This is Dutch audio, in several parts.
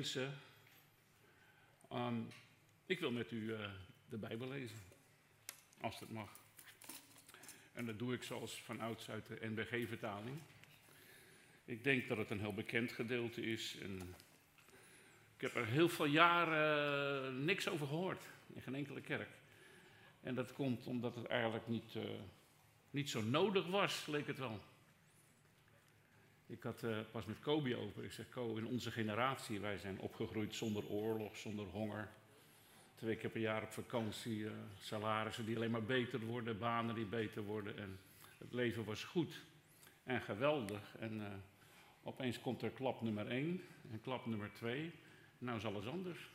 mensen. Ik wil met u de Bijbel lezen, als het mag. En dat doe ik zoals vanouds uit de NBG-vertaling. Ik denk dat het een heel bekend gedeelte is. En ik heb er heel veel jaren niks over gehoord, in geen enkele kerk. En dat komt omdat het eigenlijk niet zo nodig was, leek het wel. Ik had pas met Kobi over. Ik zeg, Ko, in onze generatie, wij zijn opgegroeid zonder oorlog, zonder honger. 2 keer per jaar op vakantie, salarissen die alleen maar beter worden, banen die beter worden. En het leven was goed en geweldig. En opeens komt er klap nummer 1 en klap nummer 2. Nou is alles anders.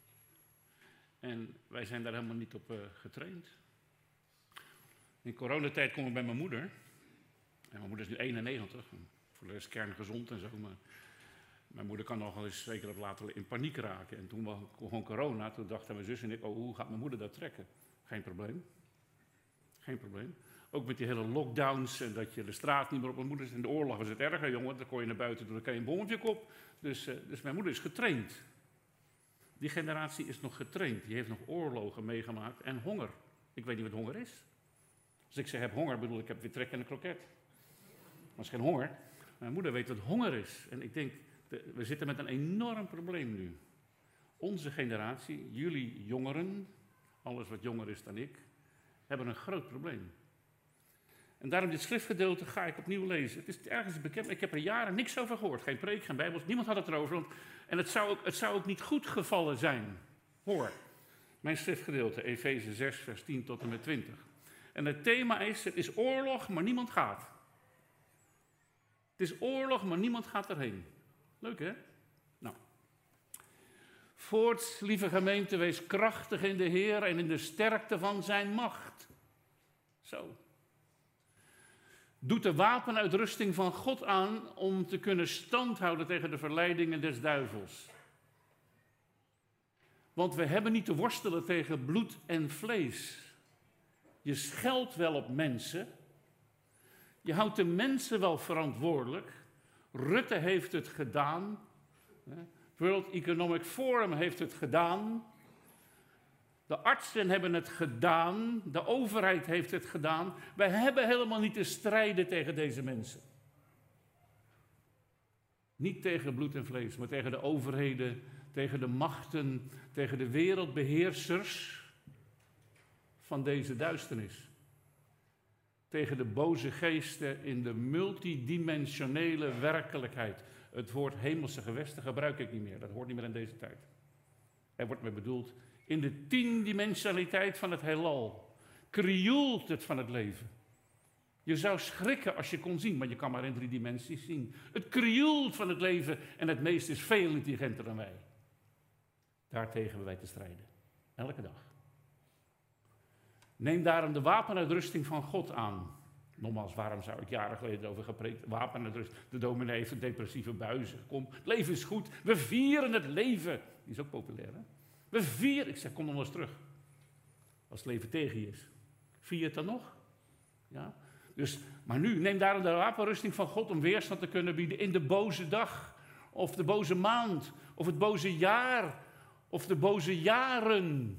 En wij zijn daar helemaal niet op getraind. In coronatijd kom ik bij mijn moeder. En mijn moeder is nu 91. Voor de rest kerngezond en zo. Maar mijn moeder kan nog wel eens zeker of later in paniek raken. En toen was gewoon corona. Toen dachten mijn zus en ik, oh, hoe gaat mijn moeder dat trekken? Geen probleem. Geen probleem. Ook met die hele lockdowns en dat je de straat niet meer op mijn moeder zit. In de oorlog was het erger, jongen. Dan kon je naar buiten doen, dan kreeg je een bom op je kop. Dus mijn moeder is getraind. Die generatie is nog getraind. Die heeft nog oorlogen meegemaakt en honger. Ik weet niet wat honger is. Als ik zeg heb honger, bedoel ik heb weer trek en een kroket. Dat is geen honger. Mijn moeder weet wat honger is. En ik denk, we zitten met een enorm probleem nu. Onze generatie, jullie jongeren, alles wat jonger is dan ik, hebben een groot probleem. En daarom dit schriftgedeelte ga ik opnieuw lezen. Het is ergens bekend, ik heb er jaren niks over gehoord. Geen preek, geen bijbels, niemand had het erover. En het zou ook niet goed gevallen zijn. Hoor, mijn schriftgedeelte, Efeze 6, vers 10 tot en met 20. En het thema is, het is oorlog, maar niemand gaat. Het is oorlog, maar niemand gaat erheen. Leuk, hè? Nou. Voorts, lieve gemeente, wees krachtig in de Heer en in de sterkte van zijn macht. Zo. Doet de wapenuitrusting van God aan om te kunnen standhouden tegen de verleidingen des duivels. Want we hebben niet te worstelen tegen bloed en vlees. Je scheldt wel op mensen. Je houdt de mensen wel verantwoordelijk. Rutte heeft het gedaan. World Economic Forum heeft het gedaan. De artsen hebben het gedaan. De overheid heeft het gedaan. Wij hebben helemaal niet te strijden tegen deze mensen. Niet tegen bloed en vlees, maar tegen de overheden, tegen de machten, tegen de wereldbeheersers van deze duisternis. Tegen de boze geesten in de multidimensionele werkelijkheid. Het woord hemelse gewesten gebruik ik niet meer, dat hoort niet meer in deze tijd. Er wordt mee bedoeld in de 10-dimensionaliteit van het heelal. Krioelt het van het leven. Je zou schrikken als je kon zien, maar je kan maar in 3 dimensies zien. Het krioelt van het leven en het meest is veel intelligenter dan wij. Daartegen hebben wij te strijden. Elke dag. Neem daarom de wapenuitrusting van God aan. Nogmaals, waarom zou ik jaren geleden over gepreekt? Wapenuitrusting, de dominee heeft een depressieve buizen. Kom, het leven is goed. We vieren het leven. Die is ook populair, hè? We vieren, ik zeg, kom nog eens terug. Als het leven tegen je is. Vier je het dan nog? Ja. Dus, maar nu, neem daarom de wapenrusting van God om weerstand te kunnen bieden in de boze dag. Of de boze maand. Of het boze jaar. Of de boze jaren.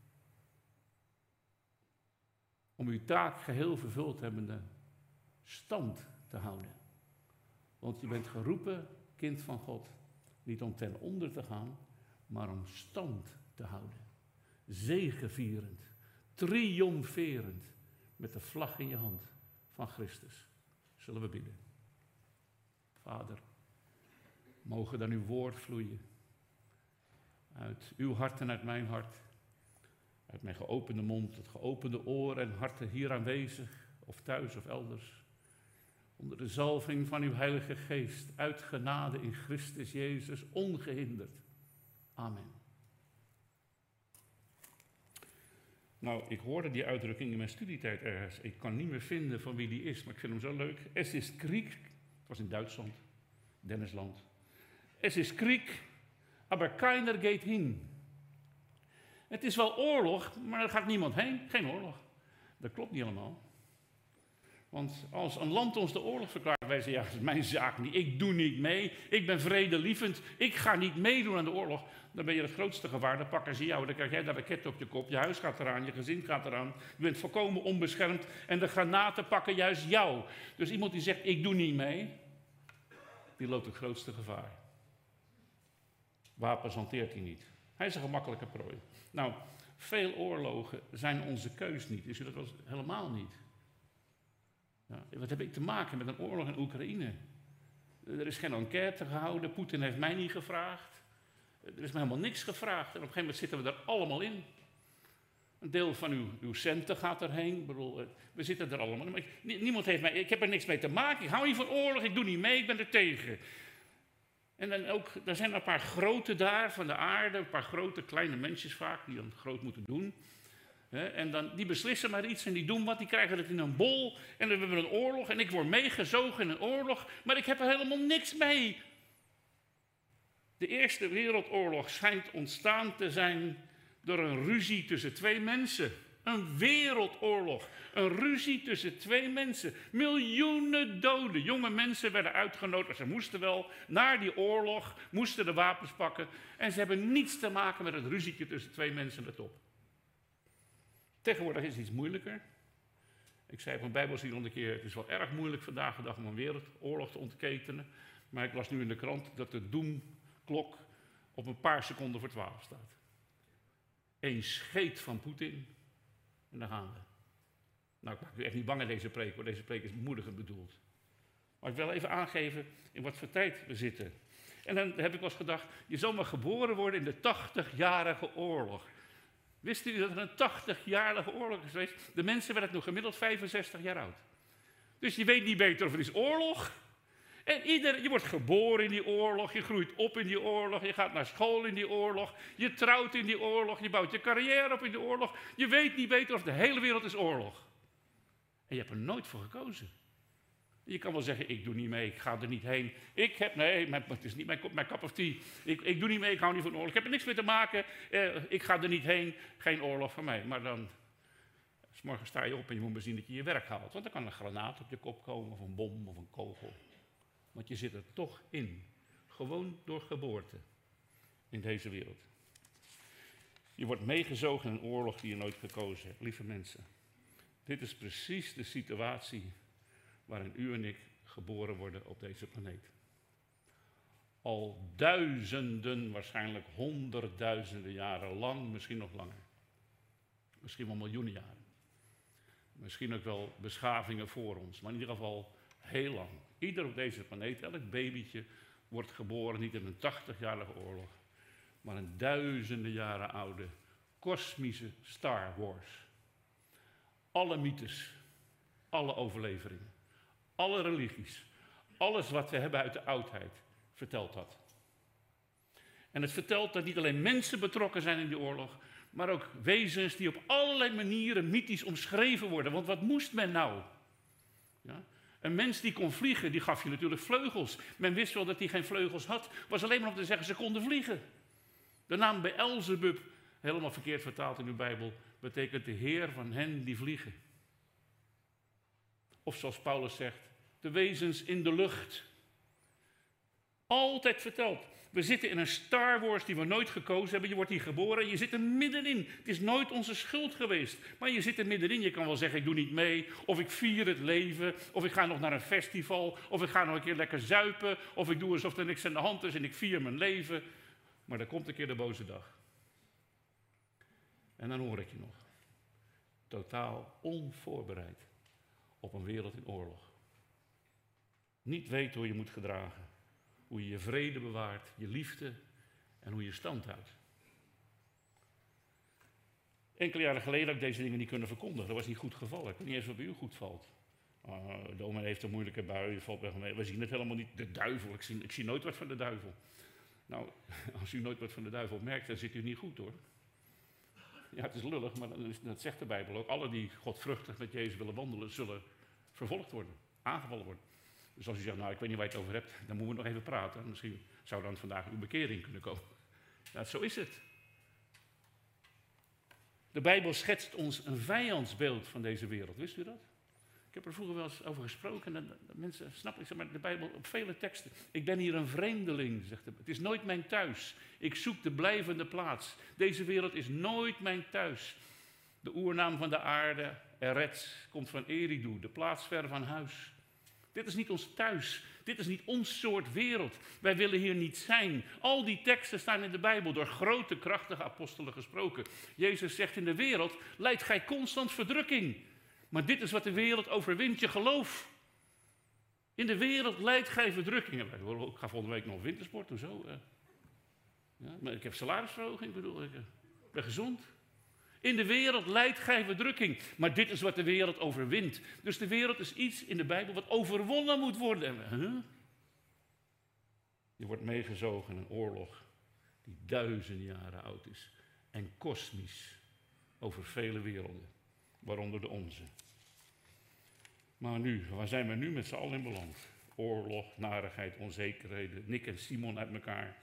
Om uw taak geheel vervuld hebbende stand te houden. Want je bent geroepen, kind van God, niet om ten onder te gaan, maar om stand te houden. Zegevierend, triomferend, met de vlag in je hand van Christus. Zullen we bidden. Vader, mogen dan uw woord vloeien. Uit uw hart en uit mijn hart. Uit mijn geopende mond, het geopende oor en harten hier aanwezig, of thuis of elders. Onder de zalving van uw Heilige Geest, uit genade in Christus Jezus, ongehinderd. Amen. Nou, ik hoorde die uitdrukking in mijn studietijd ergens. Ik kan niet meer vinden van wie die is, maar ik vind hem zo leuk. Es ist Krieg, het was in Duitsland, Dennisland. Es ist Krieg, aber keiner geht hin. Het is wel oorlog, maar er gaat niemand heen. Geen oorlog. Dat klopt niet helemaal. Want als een land ons de oorlog verklaart, wij zeggen, ja, dat is mijn zaak niet, ik doe niet mee, ik ben vredelievend, ik ga niet meedoen aan de oorlog, dan ben je het grootste gevaar, dan pakken ze jou, dan krijg jij de raket op je kop, je huis gaat eraan, je gezin gaat eraan, je bent volkomen onbeschermd en de granaten pakken juist jou. Dus iemand die zegt, ik doe niet mee, die loopt het grootste gevaar. Wapens hanteert hij niet. Hij is een gemakkelijke prooi. Nou, veel oorlogen zijn onze keus niet, dus dat was helemaal niet. Ja, wat heb ik te maken met een oorlog in Oekraïne? Er is geen enquête gehouden, Poetin heeft mij niet gevraagd. Er is me helemaal niks gevraagd. En op een gegeven moment zitten we er allemaal in. Een deel van uw centen gaat erheen. Ik bedoel, we zitten er allemaal in. Maar niemand heeft mij, ik heb er niks mee te maken. Ik hou niet van oorlog, ik doe niet mee, ik ben er tegen. En dan ook, er zijn een paar grote daar van de aarde, een paar grote kleine mensjes vaak, die dan groot moeten doen. En dan, die beslissen maar iets en die doen wat, die krijgen het in een bol. En dan hebben we een oorlog en ik word meegezogen in een oorlog, maar ik heb er helemaal niks mee. De Eerste Wereldoorlog schijnt ontstaan te zijn door een ruzie tussen twee mensen. Een wereldoorlog, een ruzie tussen twee mensen. Miljoenen doden, jonge mensen werden uitgenodigd, ze moesten wel naar die oorlog, moesten de wapens pakken. En ze hebben niets te maken met het ruzietje tussen twee mensen aan de top. Tegenwoordig is het iets moeilijker. Ik zei op een bijbelstudie een keer, het is wel erg moeilijk vandaag de dag om een wereldoorlog te ontketenen. Maar ik las nu in de krant dat de doemklok op een paar seconden voor 12 staat. Eén scheet van Poetin en dan gaan we. Nou, ik maak u echt niet bang in deze preek, want deze preek is bemoedigend bedoeld. Maar ik wil even aangeven in wat voor tijd we zitten. En dan heb ik wel eens gedacht, je zal maar geboren worden in de 80-jarige oorlog. Wist u dat er een 80-jarige oorlog is geweest? De mensen werden nog gemiddeld 65 jaar oud. Dus je weet niet beter of het is oorlog. En je wordt geboren in die oorlog, je groeit op in die oorlog, je gaat naar school in die oorlog, je trouwt in die oorlog, je bouwt je carrière op in die oorlog. Je weet niet beter of de hele wereld is oorlog. En je hebt er nooit voor gekozen. Je kan wel zeggen, ik doe niet mee, ik ga er niet heen. Het is niet mijn cup of tea. Ik doe niet mee, ik hou niet van oorlog. Ik heb er niks mee te maken, ik ga er niet heen. Geen oorlog van mij. Maar dan, 's morgens sta je op en je moet maar zien dat je je werk haalt. Want dan kan een granaat op je kop komen, of een bom, of een kogel. Want je zit er toch in. Gewoon door geboorte. In deze wereld. Je wordt meegezogen in een oorlog die je nooit gekozen hebt. Lieve mensen. Dit is precies de situatie waarin u en ik geboren worden op deze planeet. Al duizenden, waarschijnlijk honderdduizenden jaren lang, misschien nog langer. Misschien wel miljoenen jaren. Misschien ook wel beschavingen voor ons, maar in ieder geval heel lang. Ieder op deze planeet, elk babytje, wordt geboren niet in een 80-jarige oorlog, maar een duizenden jaren oude, kosmische Star Wars. Alle mythes, alle overleveringen. Alle religies, alles wat we hebben uit de oudheid, vertelt dat. En het vertelt dat niet alleen mensen betrokken zijn in die oorlog, maar ook wezens die op allerlei manieren mythisch omschreven worden. Want wat moest men nou? Ja? Een mens die kon vliegen, die gaf je natuurlijk vleugels. Men wist wel dat hij geen vleugels had, was alleen maar om te zeggen ze konden vliegen. De naam Beelzebub, helemaal verkeerd vertaald in uw Bijbel, betekent de Heer van hen die vliegen. Of zoals Paulus zegt, de wezens in de lucht. Altijd verteld. We zitten in een Star Wars die we nooit gekozen hebben. Je wordt hier geboren en je zit er middenin. Het is nooit onze schuld geweest. Maar je zit er middenin. Je kan wel zeggen, ik doe niet mee. Of ik vier het leven. Of ik ga nog naar een festival. Of ik ga nog een keer lekker zuipen. Of ik doe alsof er niks aan de hand is en ik vier mijn leven. Maar er komt een keer de boze dag. En dan hoor ik je nog. Totaal onvoorbereid op een wereld in oorlog. Niet weten hoe je moet gedragen. Hoe je je vrede bewaart, je liefde en hoe je stand houdt. Enkele jaren geleden heb ik deze dingen niet kunnen verkondigen. Dat was niet goed gevallen. Ik weet niet eens wat bij u goed valt. Dominee heeft een moeilijke bui, valt weg mee. We zien het helemaal niet. De duivel, ik zie nooit wat van de duivel. Nou, als u nooit wat van de duivel merkt, dan zit u niet goed hoor. Ja, het is lullig, maar dat zegt de Bijbel ook. Alle die godvruchtig met Jezus willen wandelen, zullen vervolgd worden, aangevallen worden. Dus als u zegt, nou ik weet niet waar je het over hebt, dan moeten we nog even praten. Misschien zou dan vandaag uw bekering kunnen komen. Ja, zo is het. De Bijbel schetst ons een vijandsbeeld van deze wereld, wist u dat? Ik heb er vroeger wel eens over gesproken en mensen snappen, ik zeg maar de Bijbel op vele teksten. Ik ben hier een vreemdeling, zegt hij. Het is nooit mijn thuis. Ik zoek de blijvende plaats. Deze wereld is nooit mijn thuis. De oernaam van de aarde, Eretz, komt van Eridu, de plaats ver van huis. Dit is niet ons thuis. Dit is niet ons soort wereld. Wij willen hier niet zijn. Al die teksten staan in de Bijbel door grote, krachtige apostelen gesproken. Jezus zegt in de wereld, lijdt gij constant verdrukking. Maar dit is wat de wereld overwint, je geloof. In de wereld lijdt gij verdrukking. Ik ga volgende week nog wintersport, hoezo? Ja, maar ik heb salarisverhoging, ik ben gezond. In de wereld lijdt gij verdrukking. Maar dit is wat de wereld overwint. Dus de wereld is iets in de Bijbel wat overwonnen moet worden. Je wordt meegezogen in een oorlog die duizenden jaren oud is. En kosmisch over vele werelden. Waaronder de onze. Maar nu, waar zijn we nu met z'n allen in beland? Oorlog, narigheid, onzekerheden. Nick en Simon uit elkaar.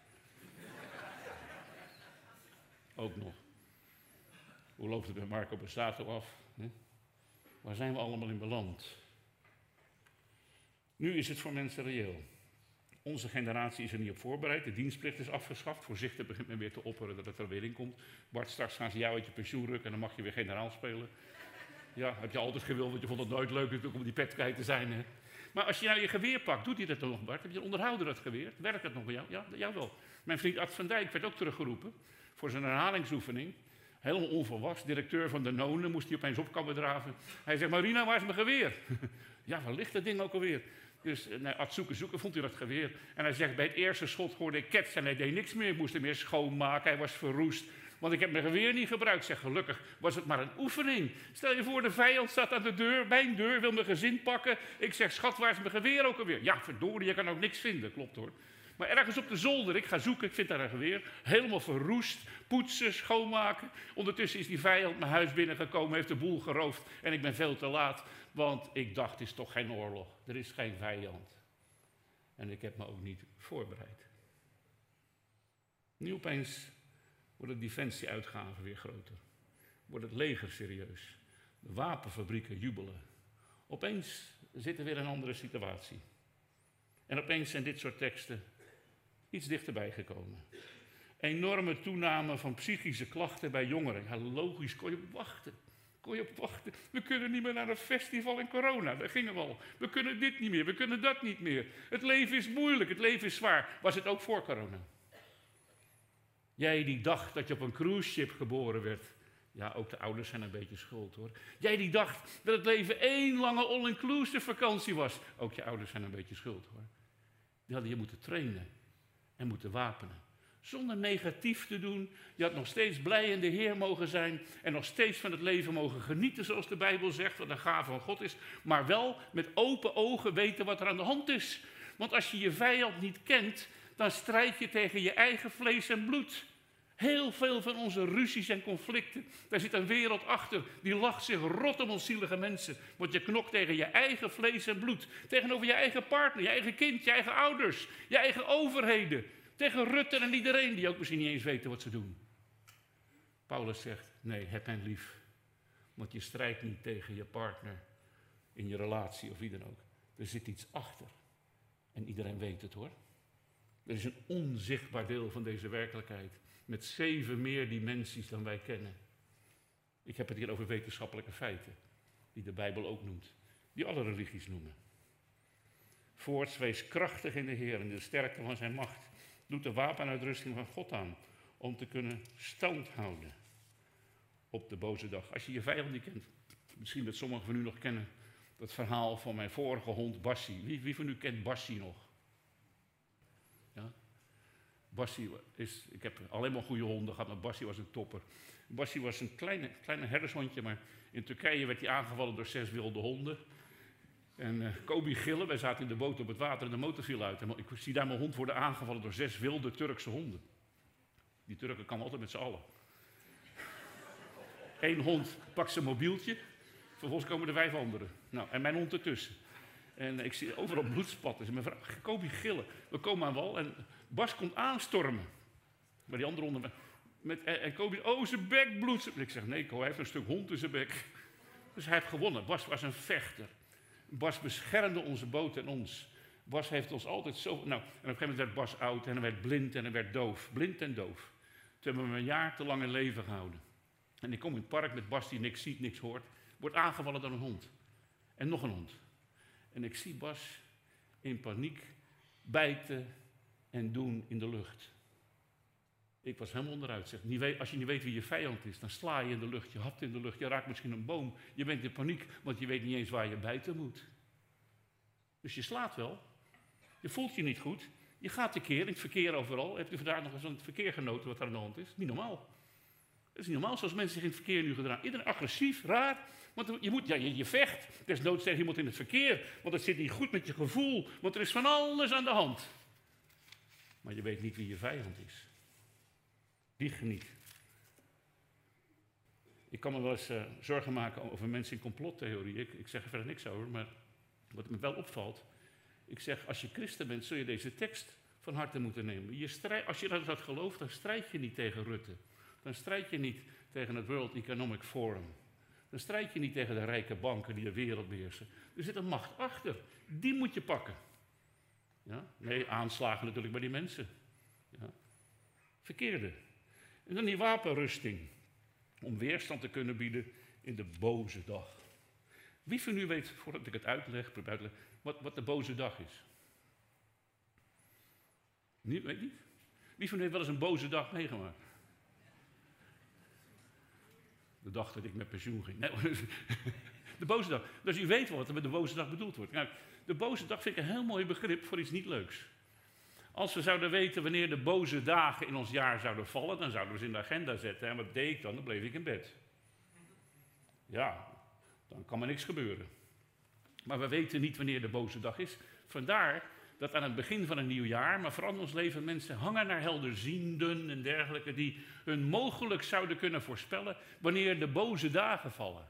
Ook nog. Hoe loopt het met Marco Borsato af? Waar zijn we allemaal in beland? Nu is het voor mensen reëel. Onze generatie is er niet op voorbereid. De dienstplicht is afgeschaft. Voorzichtig begint men weer te opperen dat het er weer in komt. Bart, straks gaan ze jou uit je pensioen rukken en dan mag je weer generaal spelen. Ja, heb je altijd gewild, want je vond het nooit leuk natuurlijk om die pet kwijt te zijn. Hè? Maar als je nou je geweer pakt, doet hij dat dan nog, Bart? Heb je een onderhouder dat geweer? Werkt dat nog bij jou? Ja, jou wel. Mijn vriend Ad van Dijk werd ook teruggeroepen voor zijn herhalingsoefening. Helemaal onverwachts, directeur van de Nonen, moest hij opeens op komen draven. Hij zegt, Marina, waar is mijn geweer? Ja, waar ligt dat ding ook alweer? Dus Ad zoeken, vond hij dat geweer. En hij zegt, bij het eerste schot hoorde ik ketsen en hij deed niks meer. Ik moest hem meer schoonmaken, hij was verroest. Want ik heb mijn geweer niet gebruikt. Ik zeg, gelukkig was het maar een oefening. Stel je voor, de vijand staat aan de deur, mijn deur, wil mijn gezin pakken. Ik zeg, schat, waar is mijn geweer ook alweer? Ja, verdorie, je kan ook niks vinden. Klopt hoor. Maar ergens op de zolder, ik ga zoeken, ik vind daar een geweer. Helemaal verroest, poetsen, schoonmaken. Ondertussen is die vijand mijn huis binnengekomen, heeft de boel geroofd. En ik ben veel te laat, want ik dacht, het is toch geen oorlog. Er is geen vijand. En ik heb me ook niet voorbereid. Nu opeens worden de defensieuitgaven weer groter. Wordt het leger serieus. De wapenfabrieken jubelen. Opeens zitten we weer in een andere situatie. En opeens zijn dit soort teksten iets dichterbij gekomen. Enorme toename van psychische klachten bij jongeren. Ja, logisch, kon je op wachten. We kunnen niet meer naar een festival in corona, daar gingen we al. We kunnen dit niet meer, we kunnen dat niet meer. Het leven is moeilijk, het leven is zwaar. Was het ook voor corona? Jij die dacht dat je op een cruiseschip geboren werd. Ja, ook de ouders zijn een beetje schuld hoor. Jij die dacht dat het leven één lange all-inclusive vakantie was. Ook je ouders zijn een beetje schuld hoor. Die hadden je moeten trainen en moeten wapenen. Zonder negatief te doen. Je had nog steeds blij in de Heer mogen zijn. En nog steeds van het leven mogen genieten zoals de Bijbel zegt. Wat een gave van God is. Maar wel met open ogen weten wat er aan de hand is. Want als je je vijand niet kent, dan strijd je tegen je eigen vlees en bloed. Heel veel van onze ruzies en conflicten, daar zit een wereld achter. Die lacht zich rot om ons zielige mensen. Want je knokt tegen je eigen vlees en bloed. Tegenover je eigen partner, je eigen kind, je eigen ouders, je eigen overheden. Tegen Rutte en iedereen die ook misschien niet eens weten wat ze doen. Paulus zegt, nee, heb hen lief. Want je strijdt niet tegen je partner in je relatie of wie dan ook. Er zit iets achter. En iedereen weet het hoor. Er is een onzichtbaar deel van deze werkelijkheid. Met 7 meer dimensies dan wij kennen. Ik heb het hier over wetenschappelijke feiten. Die de Bijbel ook noemt. Die alle religies noemen. Voorts, wees krachtig in de Heer en de sterkte van zijn macht. Doet de wapenuitrusting van God aan. Om te kunnen stand houden. Op de boze dag. Als je je vijand niet kent. Misschien dat sommigen van u nog kennen. Dat verhaal van mijn vorige hond Bassie. Wie van u kent Bassie nog? Ja? Bassie is, ik heb alleen maar goede honden gehad, maar Bassie was een topper. Bassie was een kleine herdershondje, maar in Turkije werd hij aangevallen door 6 wilde honden. En Kobi gillen, wij zaten in de boot op het water en de motor viel uit. En ik zie daar mijn hond worden aangevallen door 6 wilde Turkse honden. Die Turken kwamen altijd met z'n allen. Eén hond pakt zijn mobieltje, vervolgens komen er 5 anderen. Nou, en mijn hond ertussen. En ik zie overal bloedspatten. Dus mijn vrouw, Kobi gillen. We komen aan wal en Bas komt aanstormen. Maar die andere honden. En Kobi, oh, zijn bek bloedt. Ik zeg, nee, Ko, hij heeft een stuk hond in zijn bek. Dus hij heeft gewonnen. Bas was een vechter. Bas beschermde onze boot en ons. Bas heeft ons altijd zo... Nou, en op een gegeven moment werd Bas oud en hij werd blind en hij werd doof. Blind en doof. Toen hebben we hem een jaar te lang in leven gehouden. En ik kom in het park met Bas die niks ziet, niks hoort. Wordt aangevallen door een hond. En nog een hond. En ik zie Bas in paniek bijten en doen in de lucht. Ik was helemaal onderuit. Zeg. Als je niet weet wie je vijand is, dan sla je in de lucht, je hapt in de lucht, je raakt misschien een boom. Je bent in paniek, want je weet niet eens waar je bijten moet. Dus je slaat wel. Je voelt je niet goed. Je gaat tekeer, in het verkeer overal. Hebt u vandaag nog eens aan het verkeer genoten wat er aan de hand is? Niet normaal. Dat is niet normaal zoals mensen zich in het verkeer nu gedragen. Iedereen agressief, raar. Want je vecht. Desnoods tegen iemand in het verkeer. Want het zit niet goed met je gevoel. Want er is van alles aan de hand. Maar je weet niet wie je vijand is. Die geniet. Ik kan me wel eens zorgen maken over mensen in complottheorie. Ik zeg er verder niks over, maar wat me wel opvalt. Ik zeg, als je christen bent, zul je deze tekst van harte moeten nemen. Als je dat gelooft, dan strijd je niet tegen Rutte. Dan strijd je niet tegen het World Economic Forum. Dan strijd je niet tegen de rijke banken die de wereld beheersen. Er zit een macht achter. Die moet je pakken. Ja? Nee, aanslagen natuurlijk bij die mensen. Ja? Verkeerde. En dan die wapenrusting. Om weerstand te kunnen bieden in de boze dag. Wie van u weet, voordat ik het uitleg, wat de boze dag is? Weet niet? Wie van u heeft wel eens een boze dag meegemaakt? De dag dat ik met pensioen ging. Nee, de boze dag. Dus u weet wel wat er met de boze dag bedoeld wordt. Nou, de boze dag vind ik een heel mooi begrip voor iets niet leuks. Als we zouden weten wanneer de boze dagen in ons jaar zouden vallen, dan zouden we ze in de agenda zetten. En wat deed ik dan? Dan bleef ik in bed. Ja, dan kan er niks gebeuren. Maar we weten niet wanneer de boze dag is. Vandaar dat aan het begin van een nieuw jaar, maar vooral in ons leven, mensen hangen naar helderzienden en dergelijke, die hun mogelijk zouden kunnen voorspellen wanneer de boze dagen vallen.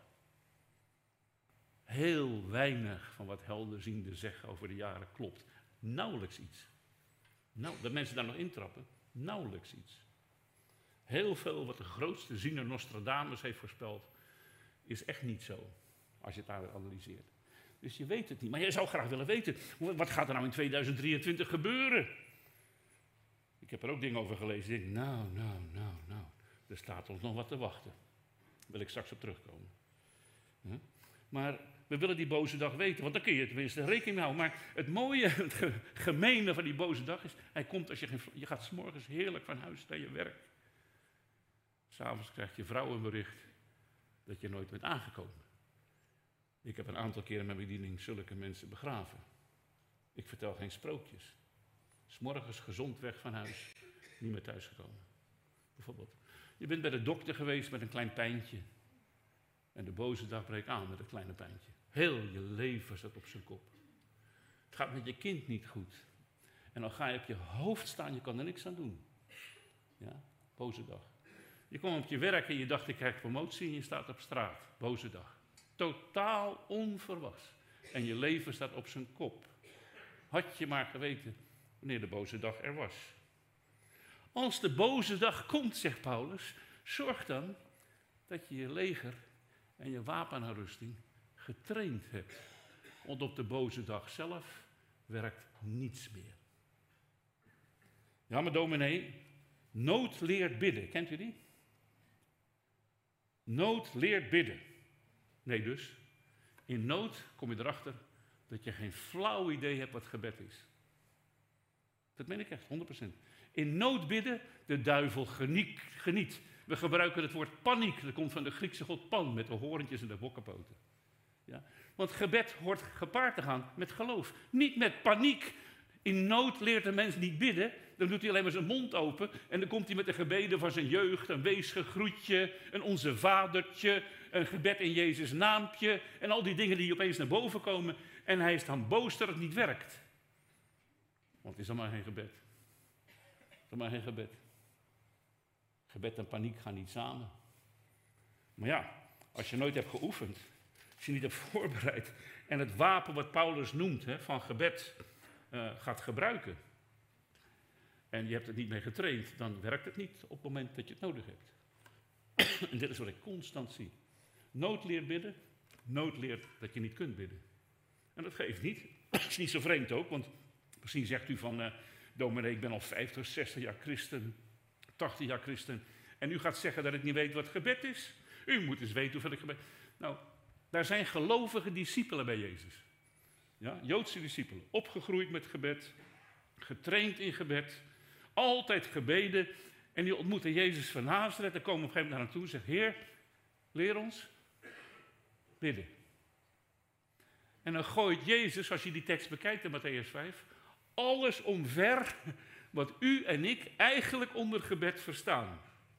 Heel weinig van wat helderzienden zeggen over de jaren klopt. Nauwelijks iets. Nou, dat mensen daar nog intrappen, nauwelijks iets. Heel veel wat de grootste ziener Nostradamus heeft voorspeld, is echt niet zo, als je het daar analyseert. Dus je weet het niet. Maar je zou graag willen weten, wat gaat er nou in 2023 gebeuren? Ik heb er ook dingen over gelezen. Ik denk, nou. Er staat ons nog wat te wachten. Daar wil ik straks op terugkomen. Maar we willen die boze dag weten, want dan kun je tenminste rekening mee houden. Maar het mooie, het gemene van die boze dag is, hij komt als je gaat 's morgens heerlijk van huis naar je werk. 'S Avonds krijgt je vrouw een bericht dat je nooit bent aangekomen. Ik heb een aantal keren in mijn bediening zulke mensen begraven. Ik vertel geen sprookjes. 'S Morgens gezond weg van huis, niet meer thuisgekomen. Bijvoorbeeld, je bent bij de dokter geweest met een klein pijntje. En de boze dag breekt aan met een kleine pijntje. Heel je leven staat op zijn kop. Het gaat met je kind niet goed. En dan ga je op je hoofd staan, je kan er niks aan doen. Ja, boze dag. Je kwam op je werk en je dacht, ik krijg promotie en je staat op straat. Boze dag. Totaal onverwachts. En je leven staat op zijn kop. Had je maar geweten wanneer de boze dag er was. Als de boze dag komt, zegt Paulus, zorg dan dat je je leger en je wapenuitrusting getraind hebt. Want op de boze dag zelf werkt niets meer. Ja, maar dominee, nood leert bidden. Kent u die? Nood leert bidden. Nee dus, in nood kom je erachter dat je geen flauw idee hebt wat gebed is. Dat meen ik echt, 100%. In nood bidden, de duivel geniet. We gebruiken het woord paniek, dat komt van de Griekse god Pan, met de hoorntjes en de bokkenpoten. Ja? Want gebed hoort gepaard te gaan met geloof, niet met paniek. In nood leert een mens niet bidden, dan doet hij alleen maar zijn mond open en dan komt hij met de gebeden van zijn jeugd, een weesgegroetje, een onze vadertje, een gebed in Jezus' naampje en al die dingen die opeens naar boven komen en hij is dan boos dat het niet werkt. Want het is dan maar geen gebed. Het is dan maar geen gebed. Gebed en paniek gaan niet samen. Maar ja, als je nooit hebt geoefend, als je niet hebt voorbereid en het wapen wat Paulus noemt van gebed gaat gebruiken en je hebt het niet mee getraind, dan werkt het niet op het moment dat je het nodig hebt. En dit is wat ik constant zie. Nood leert bidden, nood leert dat je niet kunt bidden. En dat geeft niet. Dat is niet zo vreemd ook, want misschien zegt u van, dominee, ik ben al 50, 60 jaar christen, 80 jaar christen. En u gaat zeggen dat ik niet weet wat gebed is. U moet eens weten hoeveel ik gebed... Nou, daar zijn gelovige discipelen bij Jezus. Ja, Joodse discipelen, opgegroeid met gebed, getraind in gebed, altijd gebeden. En die ontmoeten Jezus van Nazareth en komen op een gegeven moment naar hem toe en zeggen, Heer, leer ons bidden. En dan gooit Jezus, als je die tekst bekijkt in Matthäus 5, alles omver wat u en ik eigenlijk onder gebed verstaan.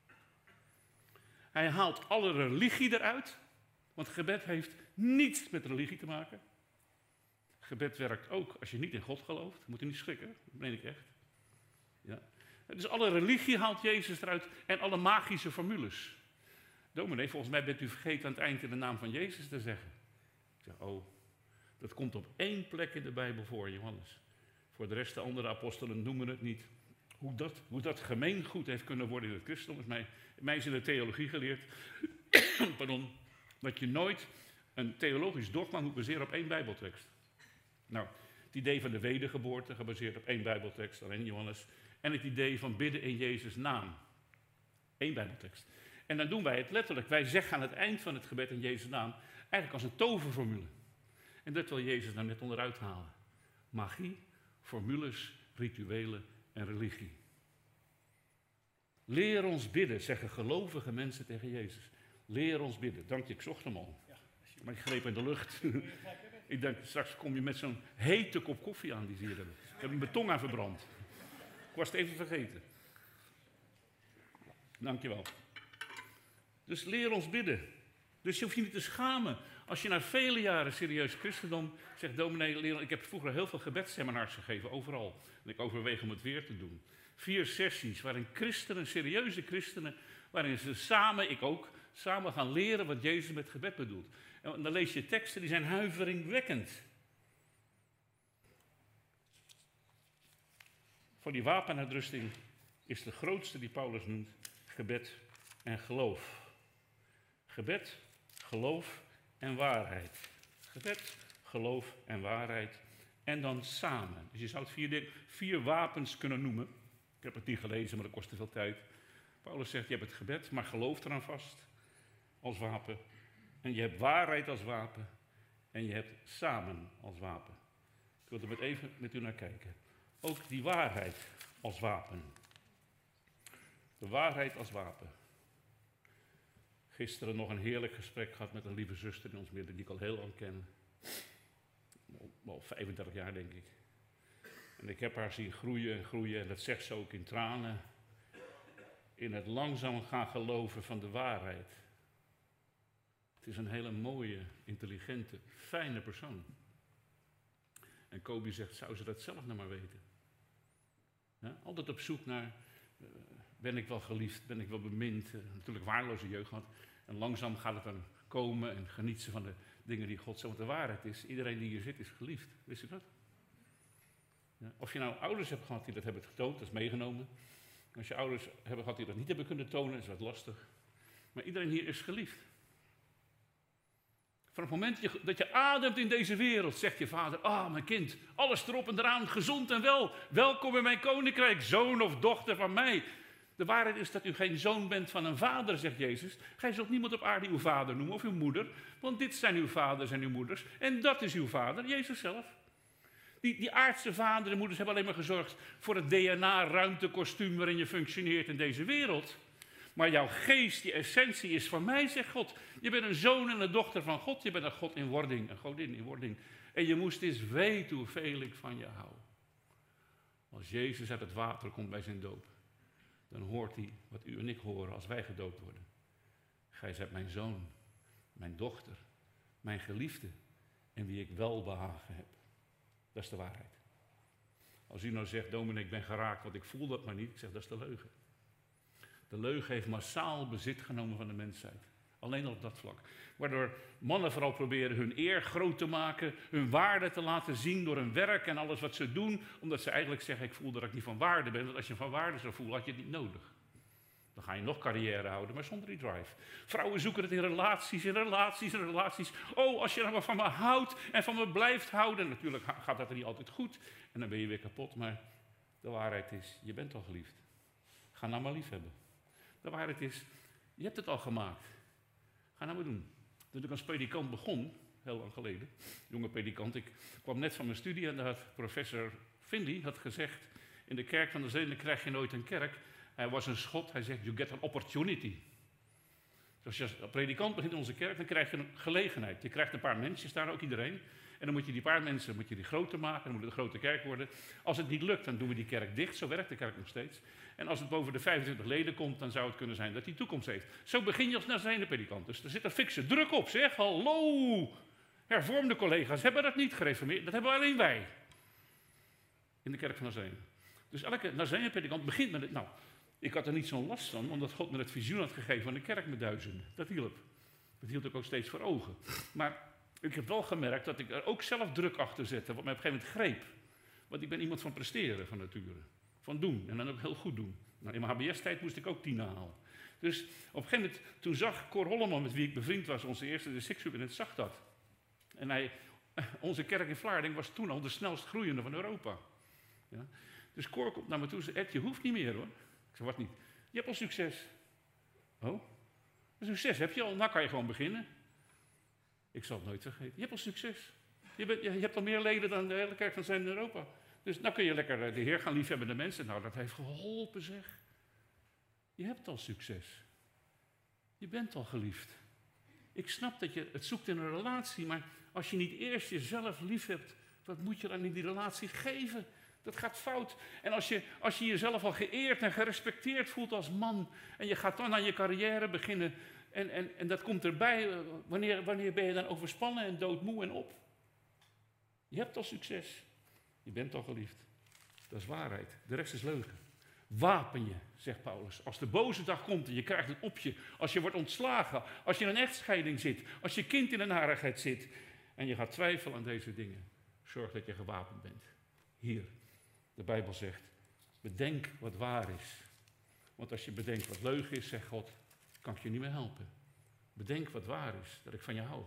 Hij haalt alle religie eruit, want gebed heeft niets met religie te maken. Gebed werkt ook als je niet in God gelooft. Moet je niet schrikken, dat meen ik echt. Ja. Dus alle religie haalt Jezus eruit en alle magische formules. Dominee, volgens mij bent u vergeten aan het eind in de naam van Jezus te zeggen. Ik zeg, oh, dat komt op 1 plek in de Bijbel voor, Johannes. Voor de rest, de andere apostelen noemen het niet. Hoe dat gemeengoed heeft kunnen worden in het christendom, mij is in de theologie geleerd, pardon, dat je nooit een theologisch dogma moet baseren op 1 Bijbeltekst. Nou, het idee van de wedergeboorte gebaseerd op 1 Bijbeltekst, alleen Johannes. En het idee van bidden in Jezus' naam. 1 Bijbeltekst. En dan doen wij het letterlijk. Wij zeggen aan het eind van het gebed in Jezus' naam eigenlijk als een toverformule. En dat wil Jezus nou net onderuit halen. Magie, formules, rituelen en religie. Leer ons bidden, zeggen gelovige mensen tegen Jezus. Leer ons bidden. Dank je, ik zocht hem al. Maar ik greep in de lucht. Ik denk, straks kom je met zo'n hete kop koffie aan die ze hier hebben. Ik heb mijn tong aan verbrand. Ik was het even vergeten. Dank je wel. Dus leer ons bidden. Dus je hoeft je niet te schamen. Als je na vele jaren serieus christendom zegt, dominee, ik heb vroeger heel veel gebedsseminars gegeven, overal. En ik overweeg om het weer te doen. 4 sessies waarin christenen, serieuze christenen, waarin ze samen, ik ook, samen gaan leren wat Jezus met gebed bedoelt. En dan lees je teksten die zijn huiveringwekkend. Voor die wapenuitrusting is de grootste die Paulus noemt, gebed en geloof. Gebed, geloof en waarheid. Gebed, geloof en waarheid. En dan samen. Dus je zou het 4 wapens kunnen noemen. Ik heb het niet gelezen, maar dat kost te veel tijd. Paulus zegt, je hebt het gebed, maar geloof eraan vast als wapen. En je hebt waarheid als wapen. En je hebt samen als wapen. Ik wil er even met u naar kijken. Ook die waarheid als wapen. De waarheid als wapen. Gisteren nog een heerlijk gesprek gehad met een lieve zuster in ons midden, die ik al heel lang ken. Al 35 jaar, denk ik. En ik heb haar zien groeien en groeien, en dat zegt ze ook in tranen. In het langzaam gaan geloven van de waarheid. Het is een hele mooie, intelligente, fijne persoon. En Kobi zegt, zou ze dat zelf nou maar weten? Ja, altijd op zoek naar, ben ik wel geliefd, ben ik wel bemind? Natuurlijk waardeloze jeugd gehad. En langzaam gaat het dan komen en geniet ze van de dingen die God zo. Want de waarheid is, iedereen die hier zit is geliefd. Wist u dat? Ja, of je nou ouders hebt gehad die dat hebben getoond, dat is meegenomen. Als je ouders hebben gehad die dat niet hebben kunnen tonen, is wat lastig. Maar iedereen hier is geliefd. Van het moment dat je ademt in deze wereld, zegt je vader, mijn kind, alles erop en eraan, gezond en wel. Welkom in mijn koninkrijk, zoon of dochter van mij. De waarheid is dat u geen zoon bent van een vader, zegt Jezus. Gij zult niemand op aarde uw vader noemen of uw moeder, want dit zijn uw vaders en uw moeders. En dat is uw vader, Jezus zelf. Die aardse vaderen en moeders hebben alleen maar gezorgd voor het DNA-ruimtekostuum waarin je functioneert in deze wereld. Maar jouw geest, die essentie is van mij, zegt God. Je bent een zoon en een dochter van God. Je bent een God in wording, een godin in wording. En je moest eens weten hoeveel ik van je hou. Als Jezus uit het water komt bij zijn doop, dan hoort hij wat u en ik horen als wij gedoopt worden. Gij zijt mijn zoon, mijn dochter, mijn geliefde en wie ik welbehagen heb. Dat is de waarheid. Als u nou zegt, dominee, ik ben geraakt, want ik voel dat maar niet. Ik zeg, dat is de leugen. De leugen heeft massaal bezit genomen van de mensheid. Alleen op dat vlak. Waardoor mannen vooral proberen hun eer groot te maken, hun waarde te laten zien door hun werk en alles wat ze doen. Omdat ze eigenlijk zeggen, ik voel dat ik niet van waarde ben. Want als je van waarde zou voelen, had je het niet nodig. Dan ga je nog carrière houden, maar zonder die drive. Vrouwen zoeken het in relaties, in relaties, in relaties. Oh, als je nou maar van me houdt en van me blijft houden. Natuurlijk gaat dat er niet altijd goed en dan ben je weer kapot. Maar de waarheid is, je bent al geliefd. Ga nou maar lief hebben. De waarheid is, je hebt het al gemaakt. Ga nou maar doen. Toen ik als predikant begon, heel lang geleden, jonge predikant, ik kwam net van mijn studie en daar had professor Finley had gezegd, in de kerk van de Zeden krijg je nooit een kerk. Hij was een Schot, hij zegt, you get an opportunity. Dus als je als predikant begint in onze kerk, dan krijg je een gelegenheid. Je krijgt een paar mensen, daar ook iedereen. En dan moet je die paar mensen die groter maken, dan moet het een grote kerk worden. Als het niet lukt, dan doen we die kerk dicht, zo werkt de kerk nog steeds. En als het boven de 25 leden komt, dan zou het kunnen zijn dat die toekomst heeft. Zo begin je als Nazarener-predikant. Dus er zit een fikse druk op, zeg. Hallo! Hervormde collega's hebben dat niet gereformeerd, dat hebben alleen wij. In de kerk van Nazarener. Dus elke Nazarener-predikant begint met het. Nou, ik had er niet zo'n last van, omdat God me het visioen had gegeven van de kerk met 1000. Dat hielp. Dat hield ik ook steeds voor ogen. Maar ik heb wel gemerkt dat ik er ook zelf druk achter zette, wat mij op een gegeven moment greep. Want ik ben iemand van presteren van nature. Van doen. En dan ook heel goed doen. Nou, in mijn HBS-tijd moest ik ook 10 halen. Dus op een gegeven moment, toen zag Cor Holleman, met wie ik bevriend was, onze eerste districtsuperintendent, zag dat. En onze kerk in Vlaarding was toen al de snelst groeiende van Europa. Ja? Dus Cor komt naar me toe en zei, Ed, je hoeft niet meer hoor. Ik zei, wat niet? Je hebt al succes. Oh? Succes heb je al? Nou kan je gewoon beginnen. Ik zal het nooit vergeten. Je hebt al succes. Je hebt al meer leden dan de hele kerk van zijn in Europa. Dus nou kun je lekker de Heer gaan liefhebben de mensen. Nou, dat heeft geholpen zeg. Je hebt al succes. Je bent al geliefd. Ik snap dat je het zoekt in een relatie, maar als je niet eerst jezelf lief hebt, wat moet je dan in die relatie geven? Dat gaat fout. En als je jezelf al geëerd en gerespecteerd voelt als man, en je gaat dan aan je carrière beginnen, en dat komt erbij, wanneer ben je dan overspannen en doodmoe en op? Je hebt al succes. Je bent al geliefd. Dat is waarheid. De rest is leugen. Wapen je, zegt Paulus. Als de boze dag komt en je krijgt het op je, als je wordt ontslagen, als je in een echtscheiding zit, als je kind in een narigheid zit en je gaat twijfelen aan deze dingen, zorg dat je gewapend bent. Hier, de Bijbel zegt, bedenk wat waar is. Want als je bedenkt wat leugen is, zegt God, kan ik je niet meer helpen. Bedenk wat waar is, dat ik van je hou.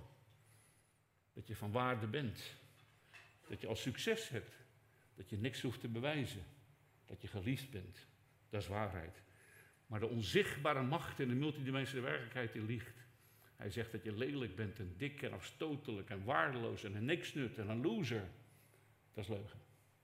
Dat je van waarde bent. Dat je al succes hebt. Dat je niks hoeft te bewijzen. Dat je geliefd bent. Dat is waarheid. Maar de onzichtbare macht in de multidimensionale werkelijkheid die liegt. Hij zegt dat je lelijk bent en dik en afstotelijk en waardeloos en een niksnut en een loser. Dat is leugen.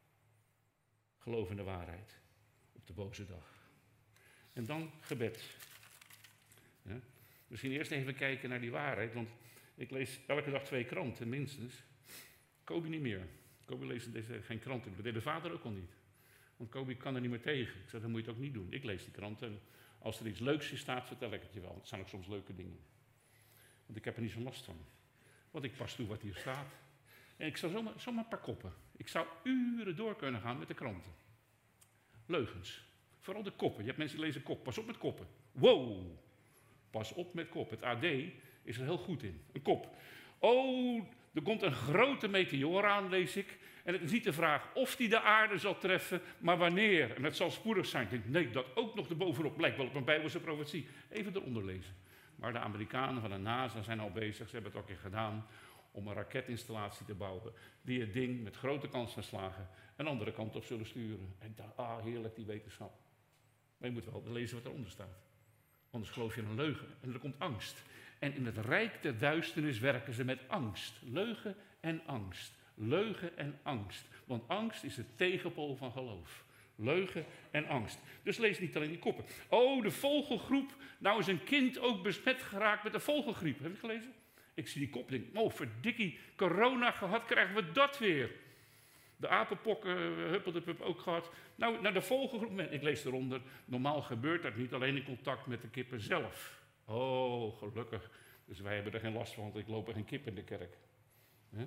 Geloof in de waarheid. Op de boze dag. En dan gebed. Ja? Misschien eerst even kijken naar die waarheid, want ik lees elke dag 2 kranten, minstens. Kobi niet meer. Kobi leest geen kranten. Dat deed de vader ook al niet. Want Kobi kan er niet meer tegen. Ik zei, dan moet je het ook niet doen. Ik lees die kranten. Als er iets leuks in staat, vertel ik het je wel. Het zijn ook soms leuke dingen. Want ik heb er niet zo last van. Want ik pas toe wat hier staat. En ik zou zomaar een paar koppen. Ik zou uren door kunnen gaan met de kranten. Leugens. Vooral de koppen. Je hebt mensen die lezen kop. Pas op met koppen. Wow. Pas op met kop. Het AD is er heel goed in. Een kop. Oh, er komt een grote meteoor aan, lees ik. En het is niet de vraag of die de aarde zal treffen, maar wanneer. En het zal spoedig zijn. Ik denk, nee, dat ook nog erbovenop lijkt wel op een Bijbelse profetie. Even eronder lezen. Maar de Amerikanen van de NASA zijn al bezig, ze hebben het ook al gedaan, om een raketinstallatie te bouwen, die het ding met grote kans van slagen een andere kant op zullen sturen. En ik dacht, heerlijk die wetenschap. Maar je moet wel lezen wat eronder staat. Anders geloof je in een leugen. En er komt angst. En in het rijk der duisternis werken ze met angst. Leugen en angst. Leugen en angst. Want angst is het tegenpool van geloof. Leugen en angst. Dus lees niet alleen die koppen. Oh, de vogelgroep. Nou is een kind ook besmet geraakt met de vogelgriep. Heb je het gelezen? Ik zie die kop en denk, oh verdikkie, corona gehad, krijgen we dat weer. De apenpokken, huppeldepup ook gehad. Nou, naar de vogelgroep. Ik lees eronder, normaal gebeurt dat niet, alleen in contact met de kippen zelf. Oh, gelukkig. Dus wij hebben er geen last van, want ik loop er geen kip in de kerk. He?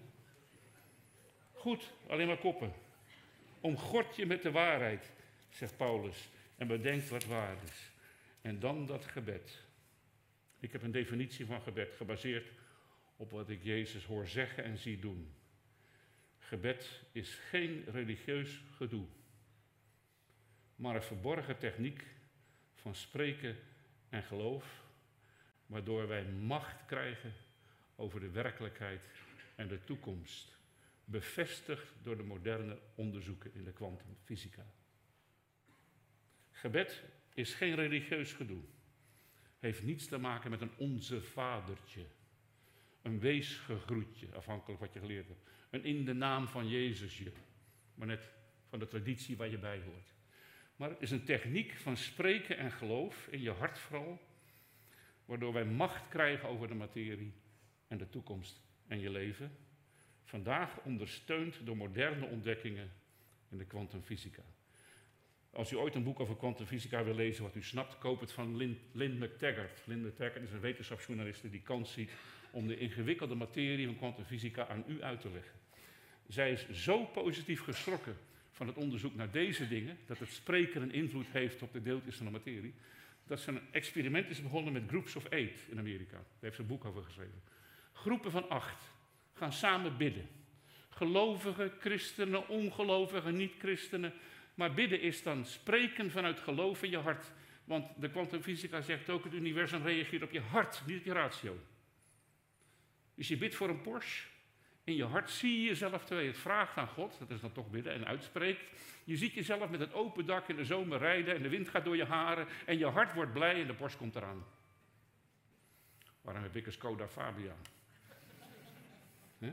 Goed, alleen maar koppen. Omgord je met de waarheid, zegt Paulus. En bedenk wat waar is. En dan dat gebed. Ik heb een definitie van gebed gebaseerd op wat ik Jezus hoor zeggen en zie doen. Gebed is geen religieus gedoe, maar een verborgen techniek van spreken en geloof, waardoor wij macht krijgen over de werkelijkheid en de toekomst, bevestigd door de moderne onderzoeken in de kwantumfysica. Gebed is geen religieus gedoe. Heeft niets te maken met een onze vadertje, een weesgegroetje, afhankelijk wat je geleerd hebt. Een in de naam van Jezusje, maar net van de traditie waar je bij hoort. Maar het is een techniek van spreken en geloof, in je hart vooral, waardoor wij macht krijgen over de materie en de toekomst en je leven. Vandaag ondersteund door moderne ontdekkingen in de kwantumfysica. Als u ooit een boek over kwantumfysica wil lezen wat u snapt, koop het van Lynn McTaggart. Lynn McTaggart is een wetenschapsjournaliste die kans ziet om de ingewikkelde materie van kwantumfysica aan u uit te leggen. Zij is zo positief geschrokken van het onderzoek naar deze dingen, dat het spreken een invloed heeft op de deeltjes van de materie, dat ze een experiment is begonnen met Groups of 8 in Amerika. Daar heeft ze een boek over geschreven. Groepen van 8 gaan samen bidden. Gelovigen, christenen, ongelovigen, niet-christenen. Maar bidden is dan spreken vanuit geloof in je hart. Want de kwantumfysica zegt ook, het universum reageert op je hart, niet op je ratio. Dus je bidt voor een Porsche. In je hart zie je jezelf, terwijl je het vraagt aan God, dat is dan toch bidden en uitspreekt. Je ziet jezelf met het open dak in de zomer rijden en de wind gaat door je haren. En je hart wordt blij en de Porsche komt eraan. Waarom heb ik een Skoda Fabia? Huh?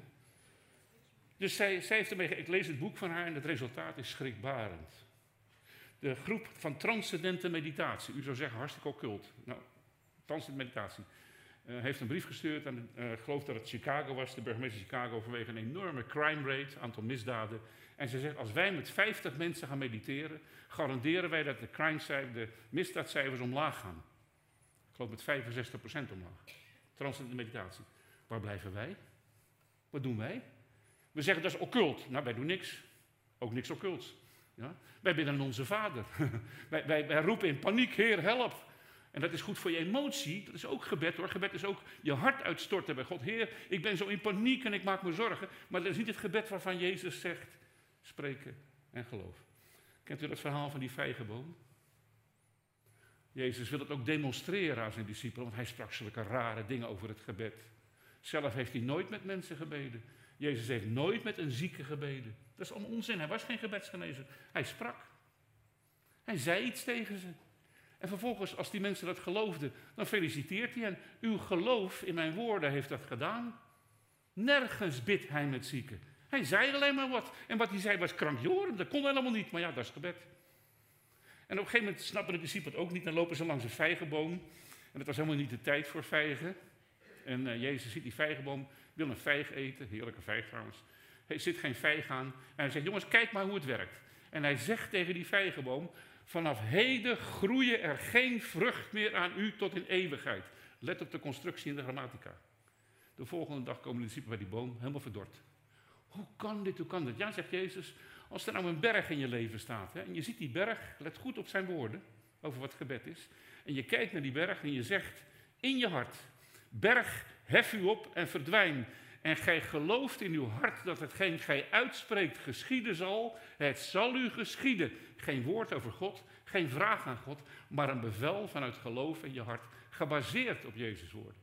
Dus zij heeft ermee, ik lees het boek van haar en het resultaat is schrikbarend. De groep van transcendente meditatie, u zou zeggen hartstikke occult. Nou, transcendente meditatie. Heeft een brief gestuurd aan, ik geloof dat het Chicago was, de burgemeester Chicago, vanwege een enorme crime rate, aantal misdaden. En ze zegt, als wij met 50 mensen gaan mediteren, garanderen wij dat de misdaadcijfers omlaag gaan. Ik geloof met 65% omlaag. Transcendente meditatie. Waar blijven wij? Wat doen wij? We zeggen dat is occult. Nou, wij doen niks. Ook niks occults. Ja? Wij bidden aan onze Vader. wij roepen in paniek, Heer, help. En dat is goed voor je emotie. Dat is ook gebed hoor. Gebed is ook je hart uitstorten bij God. Heer, ik ben zo in paniek en ik maak me zorgen. Maar dat is niet het gebed waarvan Jezus zegt, spreken en geloof. Kent u dat verhaal van die vijgenboom? Jezus wil het ook demonstreren aan zijn discipelen, want hij sprak zulke rare dingen over het gebed. Zelf heeft hij nooit met mensen gebeden. Jezus heeft nooit met een zieke gebeden. Dat is allemaal onzin. Hij was geen gebedsgenezer. Hij sprak. Hij zei iets tegen ze. En vervolgens, als die mensen dat geloofden, dan feliciteert hij hen. Uw geloof in mijn woorden heeft dat gedaan. Nergens bidt hij met zieken. Hij zei alleen maar wat. En wat hij zei was krankjorend. Dat kon helemaal niet. Maar ja, dat is gebed. En op een gegeven moment snappen de discipelen het ook niet. Dan lopen ze langs een vijgenboom. En dat was helemaal niet de tijd voor vijgen. En Jezus ziet die vijgenboom, wil een vijg eten. Heerlijke vijg trouwens. Er zit geen vijg aan. En hij zegt, jongens, kijk maar hoe het werkt. En hij zegt tegen die vijgenboom, vanaf heden groeien er geen vrucht meer aan u tot in eeuwigheid. Let op de constructie in de grammatica. De volgende dag komen de discipelen bij die boom, helemaal verdord. Hoe kan dit, hoe kan dit? Ja, zegt Jezus, als er nou een berg in je leven staat, hè, en je ziet die berg, let goed op zijn woorden, over wat gebed is. En je kijkt naar die berg en je zegt in je hart, berg, hef u op en verdwijn. En gij gelooft in uw hart dat hetgeen gij uitspreekt geschieden zal, het zal u geschieden. Geen woord over God, geen vraag aan God, maar een bevel vanuit geloof in je hart, gebaseerd op Jezus' woorden.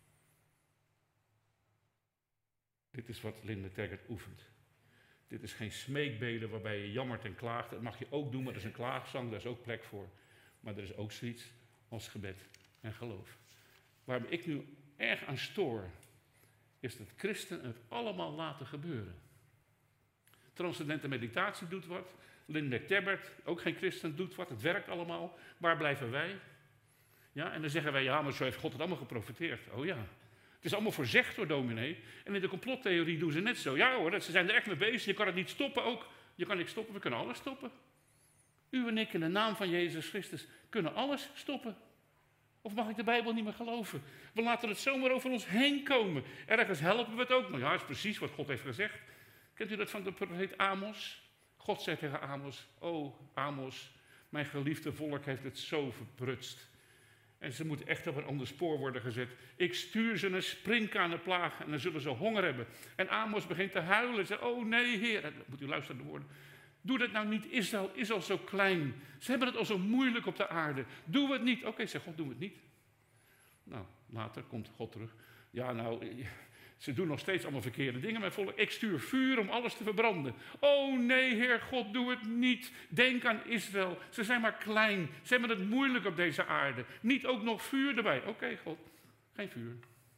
Dit is wat Lynn McTaggart oefent. Dit is geen smeekbeden waarbij je jammert en klaagt. Dat mag je ook doen, maar dat is een klaagzang, daar is ook plek voor. Maar er is ook zoiets als gebed en geloof. Waar ik nu erg aan stoor, is dat christenen het allemaal laten gebeuren. Transcendente meditatie doet wat. Lynn McTaggart, ook geen christen, doet wat. Het werkt allemaal. Waar blijven wij? Ja, en dan zeggen wij, ja, maar zo heeft God het allemaal geprofeteerd. Oh ja. Het is allemaal voorzegd door dominee. En in de complottheorie doen ze net zo. Ja hoor, ze zijn er echt mee bezig. Je kan het niet stoppen ook. Je kan niks stoppen, we kunnen alles stoppen. U en ik in de naam van Jezus Christus kunnen alles stoppen. Of mag ik de Bijbel niet meer geloven? We laten het zomaar over ons heen komen. Ergens helpen we het ook. Nou ja, dat is precies wat God heeft gezegd. Kent u dat van de profeet Amos? God zei tegen Amos, oh Amos, mijn geliefde volk heeft het zo verprutst. En ze moeten echt op een ander spoor worden gezet. Ik stuur ze een sprinkhanenplaag en dan zullen ze honger hebben. En Amos begint te huilen en zegt, oh nee Heer. En dan moet u luisteren naar de woorden. Doe dat nou niet. Israël is al zo klein. Ze hebben het al zo moeilijk op de aarde. Doe het niet. Oké, zegt God, doe het niet. Nou, later komt God terug. Ja, nou, ze doen nog steeds allemaal verkeerde dingen. Mijn volk, ik stuur vuur om alles te verbranden. Oh nee, Heer God, doe het niet. Denk aan Israël. Ze zijn maar klein. Ze hebben het moeilijk op deze aarde. Niet ook nog vuur erbij. Oké, God, geen vuur.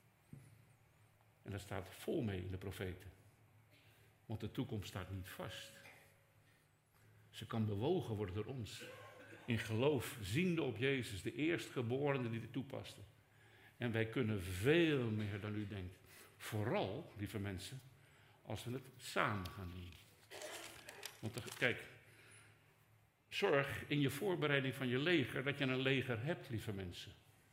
En dat staat vol mee in de profeten. Want de toekomst staat niet vast. Ze kan bewogen worden door ons. In geloof, ziende op Jezus, de eerstgeborene die er toepaste. En wij kunnen veel meer dan u denkt. Vooral, lieve mensen, als we het samen gaan doen. Want kijk, zorg in je voorbereiding van je leger dat je een leger hebt, lieve mensen.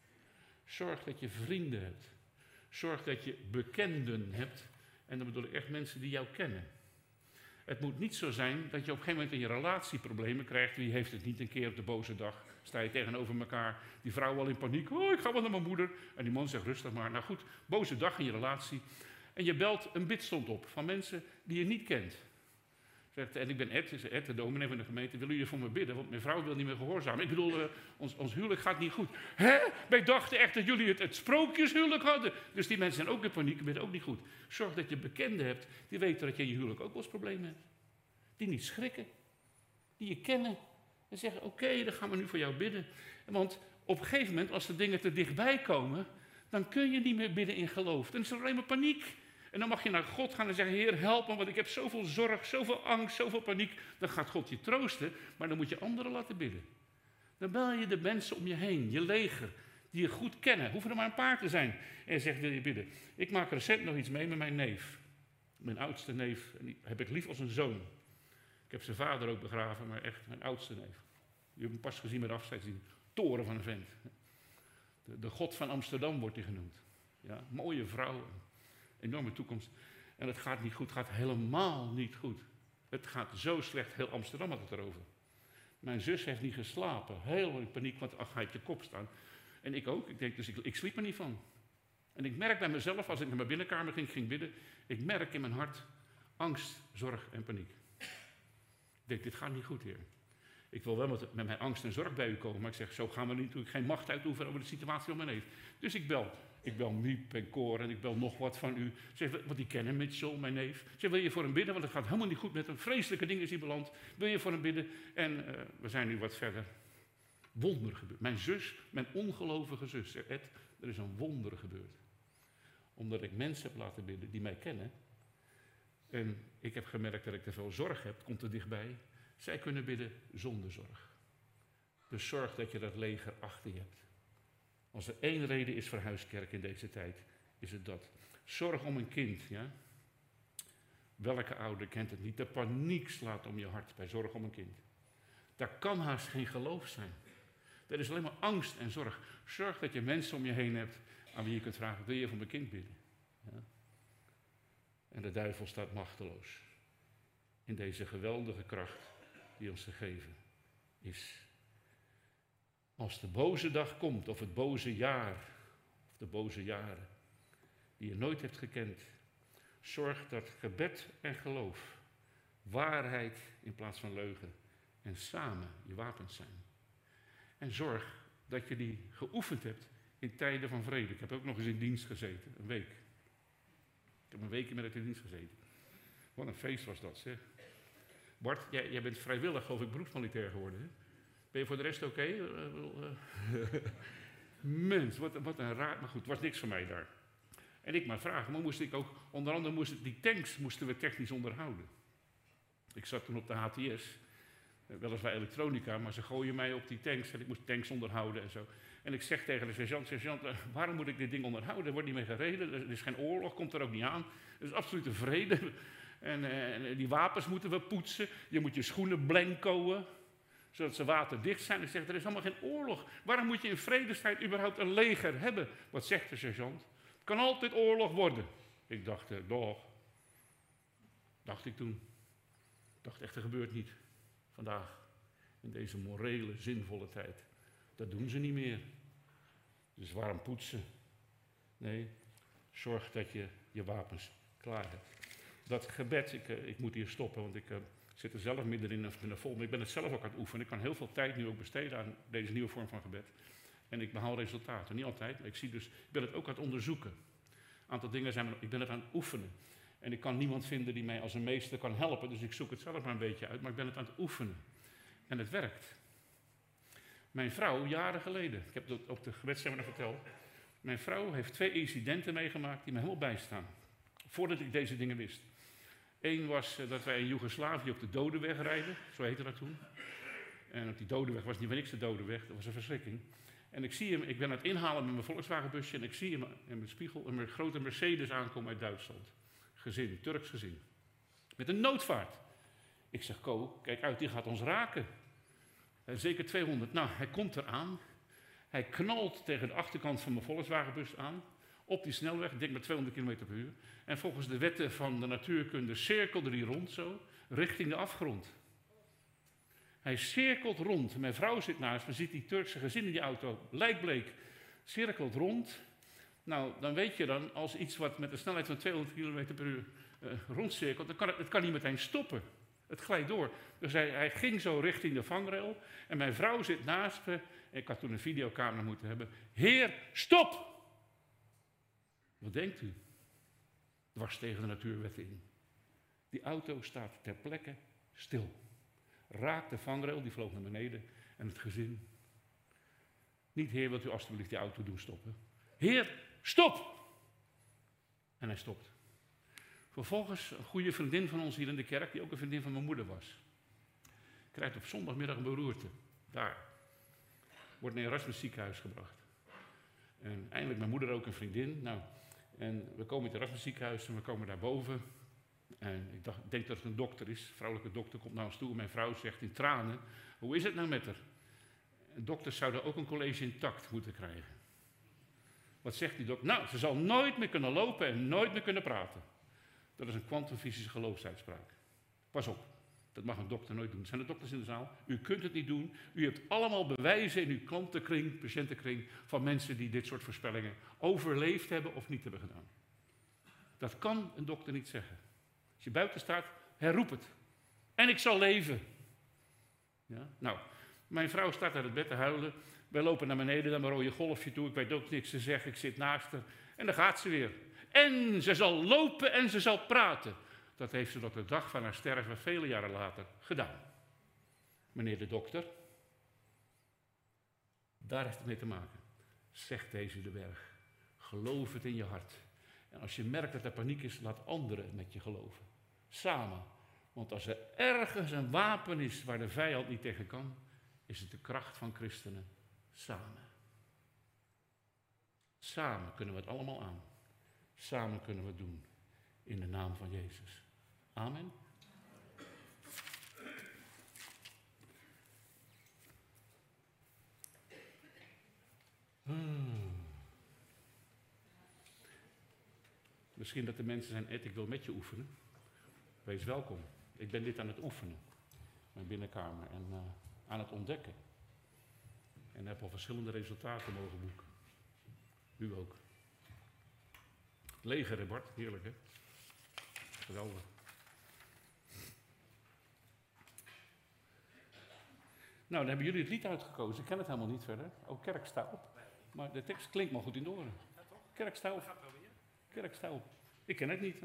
Zorg dat je vrienden hebt. Zorg dat je bekenden hebt. En dan bedoel ik echt mensen die jou kennen. Het moet niet zo zijn dat je op een gegeven moment in je relatie problemen krijgt. Wie heeft het niet een keer op de boze dag? Sta je tegenover elkaar, die vrouw al in paniek. Oh, ik ga wel naar mijn moeder. En die man zegt rustig maar. Nou goed, boze dag in je relatie. En je belt een bidstond op van mensen die je niet kent. Zegt, en ik ben Ed, de dominee van de gemeente. Willen jullie voor me bidden? Want mijn vrouw wil niet meer gehoorzamen. Ik bedoel, ons huwelijk gaat niet goed. Hè? Wij dachten echt dat jullie het sprookjeshuwelijk hadden. Dus die mensen zijn ook in paniek, bidden ook niet goed. Zorg dat je bekenden hebt die weten dat je in je huwelijk ook wel eens problemen hebt. Die niet schrikken. Die je kennen. En zeggen, oké, dan gaan we nu voor jou bidden. Want op een gegeven moment, als de dingen te dichtbij komen, dan kun je niet meer bidden in geloof. Dan is er alleen maar paniek. En dan mag je naar God gaan en zeggen, Heer, help me, want ik heb zoveel zorg, zoveel angst, zoveel paniek. Dan gaat God je troosten, maar dan moet je anderen laten bidden. Dan bel je de mensen om je heen, je leger, die je goed kennen. Hoeven er maar een paar te zijn. En je zegt, wil je bidden? Ik maak recent nog iets mee met mijn neef. Mijn oudste neef, en die heb ik lief als een zoon. Ik heb zijn vader ook begraven, maar echt mijn oudste neef. Je hebt hem pas gezien met afscheid, die toren van een vent. De God van Amsterdam wordt hij genoemd. Ja, mooie vrouw, enorme toekomst. En het gaat niet goed, het gaat helemaal niet goed. Het gaat zo slecht, heel Amsterdam had het erover. Mijn zus heeft niet geslapen, heel in paniek, want ach, hij heeft je kop staan. En ik ook, ik denk, dus ik sliep er niet van. En ik merk bij mezelf, als ik naar mijn binnenkamer ging bidden, ik merk in mijn hart angst, zorg en paniek. Ik denk, dit gaat niet goed, Heer. Ik wil wel met mijn angst en zorg bij u komen, maar ik zeg, zo gaan we niet, doe ik geen macht uitoefenen over de situatie om mijn neef. Dus ik bel Miep en Cor en ik bel nog wat van u. Zeg, want die kennen Mitchell, mijn neef. Ik zeg, wil je voor hem bidden, want het gaat helemaal niet goed met hem. Vreselijke dingen is hij beland. Wil je voor hem bidden? En we zijn nu wat verder. Wonder gebeurd. Mijn zus, mijn ongelovige zus, zegt Ed, er is een wonder gebeurd. Omdat ik mensen heb laten bidden die mij kennen. En ik heb gemerkt dat ik te veel zorg heb, komt er dichtbij. Zij kunnen bidden zonder zorg. Dus zorg dat je dat leger achter je hebt. Als er één reden is voor huiskerk in deze tijd, is het dat. Zorg om een kind, ja. Welke ouder kent het niet? De paniek slaat om je hart bij zorg om een kind. Daar kan haast geen geloof zijn. Er is alleen maar angst en zorg. Zorg dat je mensen om je heen hebt aan wie je kunt vragen, wil je voor mijn kind bidden? Ja. En de duivel staat machteloos. In deze geweldige kracht die ons gegeven is. Als de boze dag komt, of het boze jaar, of de boze jaren, die je nooit hebt gekend, zorg dat gebed en geloof, waarheid in plaats van leugen, en samen je wapens zijn. En zorg dat je die geoefend hebt in tijden van vrede. Ik heb ook nog eens in dienst gezeten, een week. Ik heb een weekje met het in dienst gezeten. Wat een feest was dat, zeg. Bart, jij bent vrijwillig, geloof ik, beroepsmilitair geworden, hè? Ben je voor de rest oké? Mens, wat een raar... Maar goed, het was niks voor mij daar. En ik maar vragen, maar moest ik ook... Onder andere die tanks moesten we technisch onderhouden. Ik zat toen op de HTS. Weliswaar elektronica, maar ze gooien mij op die tanks. En ik moest tanks onderhouden en zo. En ik zeg tegen de sergeant, waarom moet ik dit ding onderhouden? Er wordt niet mee gereden, er is geen oorlog, komt er ook niet aan. Er is absolute vrede. En die wapens moeten we poetsen. Je moet je schoenen blancoen, zodat ze waterdicht zijn. Ik zeg, er is allemaal geen oorlog. Waarom moet je in vredestijd überhaupt een leger hebben? Wat zegt de sergeant? Het kan altijd oorlog worden. Ik dacht, dacht ik toen. Ik dacht echt, er gebeurt niet. Vandaag, in deze morele, zinvolle tijd. Dat doen ze niet meer. Dus waarom poetsen? Nee, zorg dat je je wapens klaar hebt. Dat gebed, ik moet hier stoppen, want ik Ik zit er zelf middenin en vol, maar ik ben het zelf ook aan het oefenen. Ik kan heel veel tijd nu ook besteden aan deze nieuwe vorm van gebed. En ik behaal resultaten. Niet altijd, maar ik ben het ook aan het onderzoeken. Een aantal dingen ik ben het aan het oefenen. En ik kan niemand vinden die mij als een meester kan helpen, dus ik zoek het zelf maar een beetje uit, maar ik ben het aan het oefenen. En het werkt. Mijn vrouw, jaren geleden, ik heb het op de gebedsseminar verteld, mijn vrouw heeft 2 incidenten meegemaakt die me helemaal bijstaan. Voordat ik deze dingen wist. Eén was dat wij in Joegoslavië op de Dodenweg rijden, zo heette dat toen. En op die Dodenweg was niet voor niks de Dodenweg, dat was een verschrikking. En ik zie hem, ik ben aan het inhalen met mijn Volkswagenbusje en ik zie hem in mijn spiegel een grote Mercedes aankomen uit Duitsland. Gezin, Turks gezin. Met een noodvaart. Ik zeg, Ko, kijk uit, die gaat ons raken. Zeker 200. Nou, hij komt eraan. Hij knalt tegen de achterkant van mijn Volkswagenbus aan. Op die snelweg, ik denk met 200 km per uur. En volgens de wetten van de natuurkunde cirkelde hij rond zo, richting de afgrond. Hij cirkelt rond. Mijn vrouw zit naast me, ziet die Turkse gezin in die auto, lijkbleek, cirkelt rond. Nou, dan weet je dan, als iets wat met een snelheid van 200 km per uur rondcirkelt, dan kan het kan niet meteen stoppen. Het glijdt door. Dus hij ging zo richting de vangrail. En mijn vrouw zit naast me. Ik had toen een videocamera moeten hebben. Heer, stop! Wat denkt u? Dwars tegen de natuurwetten in. Die auto staat ter plekke stil. Raakt de vangrail, die vloog naar beneden. En het gezin. Niet, Heer, wilt u alstublieft die auto doen stoppen? Heer, stop! En hij stopt. Vervolgens een goede vriendin van ons hier in de kerk, die ook een vriendin van mijn moeder was. Krijgt op zondagmiddag een beroerte. Daar. Wordt naar een Erasmus ziekenhuis gebracht. En eindelijk mijn moeder ook een vriendin. Nou, en we komen in het Erasmus ziekenhuis en we komen daar boven. En ik denk dat het een dokter is. Een vrouwelijke dokter komt naar ons toe en mijn vrouw zegt in tranen, hoe is het nou met haar? Dokters zouden ook een college intact moeten krijgen. Wat zegt die dokter? Nou, ze zal nooit meer kunnen lopen en nooit meer kunnen praten. Dat is een kwantumfysische geloofsuitspraak. Pas op, dat mag een dokter nooit doen. Zijn er dokters in de zaal? U kunt het niet doen. U hebt allemaal bewijzen in uw klantenkring, patiëntenkring, van mensen die dit soort voorspellingen overleefd hebben of niet hebben gedaan. Dat kan een dokter niet zeggen. Als je buiten staat, herroep het. En ik zal leven. Ja? Nou, mijn vrouw staat uit het bed te huilen. Wij lopen naar beneden, naar mijn rode golfje toe. Ik weet ook niks te zeggen, ik zit naast haar. En dan gaat ze weer. En ze zal lopen en ze zal praten. Dat heeft ze tot de dag van haar sterven, vele jaren later, gedaan. Meneer de dokter, daar heeft het mee te maken. Zegt deze de berg. Geloof het in je hart. En als je merkt dat er paniek is, laat anderen met je geloven. Samen. Want als er ergens een wapen is waar de vijand niet tegen kan, is het de kracht van christenen. Samen. Samen kunnen we het allemaal aan. Samen kunnen we het doen. In de naam van Jezus. Amen. Misschien dat de mensen zijn, Ed, ik wil met je oefenen. Wees welkom. Ik ben dit aan het oefenen. Mijn binnenkamer. En aan het ontdekken. En heb al verschillende resultaten mogen boeken. U ook. Leger, hè Bart? Heerlijk, hè? Geweldig. Nou, dan hebben jullie het lied uitgekozen. Ik ken het helemaal niet verder. Ook Kerk sta op. Maar de tekst klinkt maar goed in de oren. Kerk sta op. Kerk sta op. Ik ken het niet.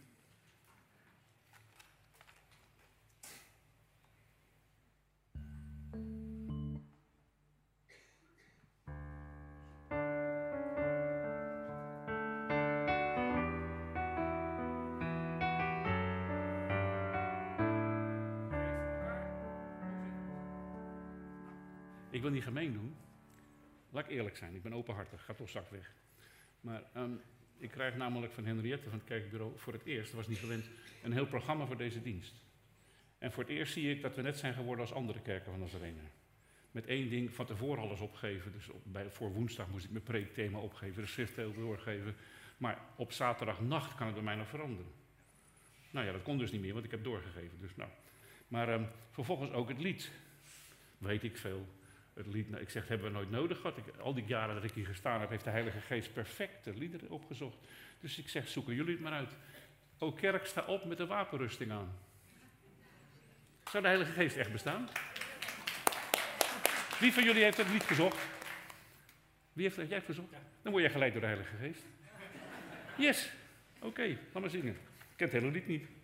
Ik wil niet gemeen doen. Laat ik eerlijk zijn, ik ben openhartig, ga toch straks weg. Maar ik krijg namelijk van Henriette van het kerkbureau voor het eerst, dat was niet gewend, een heel programma voor deze dienst. En voor het eerst zie ik dat we net zijn geworden als andere kerken van Nazarene. Met één ding van tevoren alles opgeven, dus voor woensdag moest ik mijn preekthema opgeven, de schriftdeel doorgeven. Maar op zaterdagnacht kan het bij mij nog veranderen. Nou ja, dat kon dus niet meer, want ik heb doorgegeven. Dus nou. Maar vervolgens ook het lied. Weet ik veel. Het lied, nou, ik zeg, hebben we nooit nodig gehad. Al die jaren dat ik hier gestaan heb, heeft de Heilige Geest perfecte liederen opgezocht. Dus ik zeg, zoeken jullie het maar uit. O kerk, sta op met de wapenrusting aan. Zou de Heilige Geest echt bestaan? Wie van jullie heeft het lied gezocht? Wie heeft het? Jij verzocht? Dan word je geleid door de Heilige Geest. Yes. Oké, laat maar zingen. Ik ken het hele lied niet.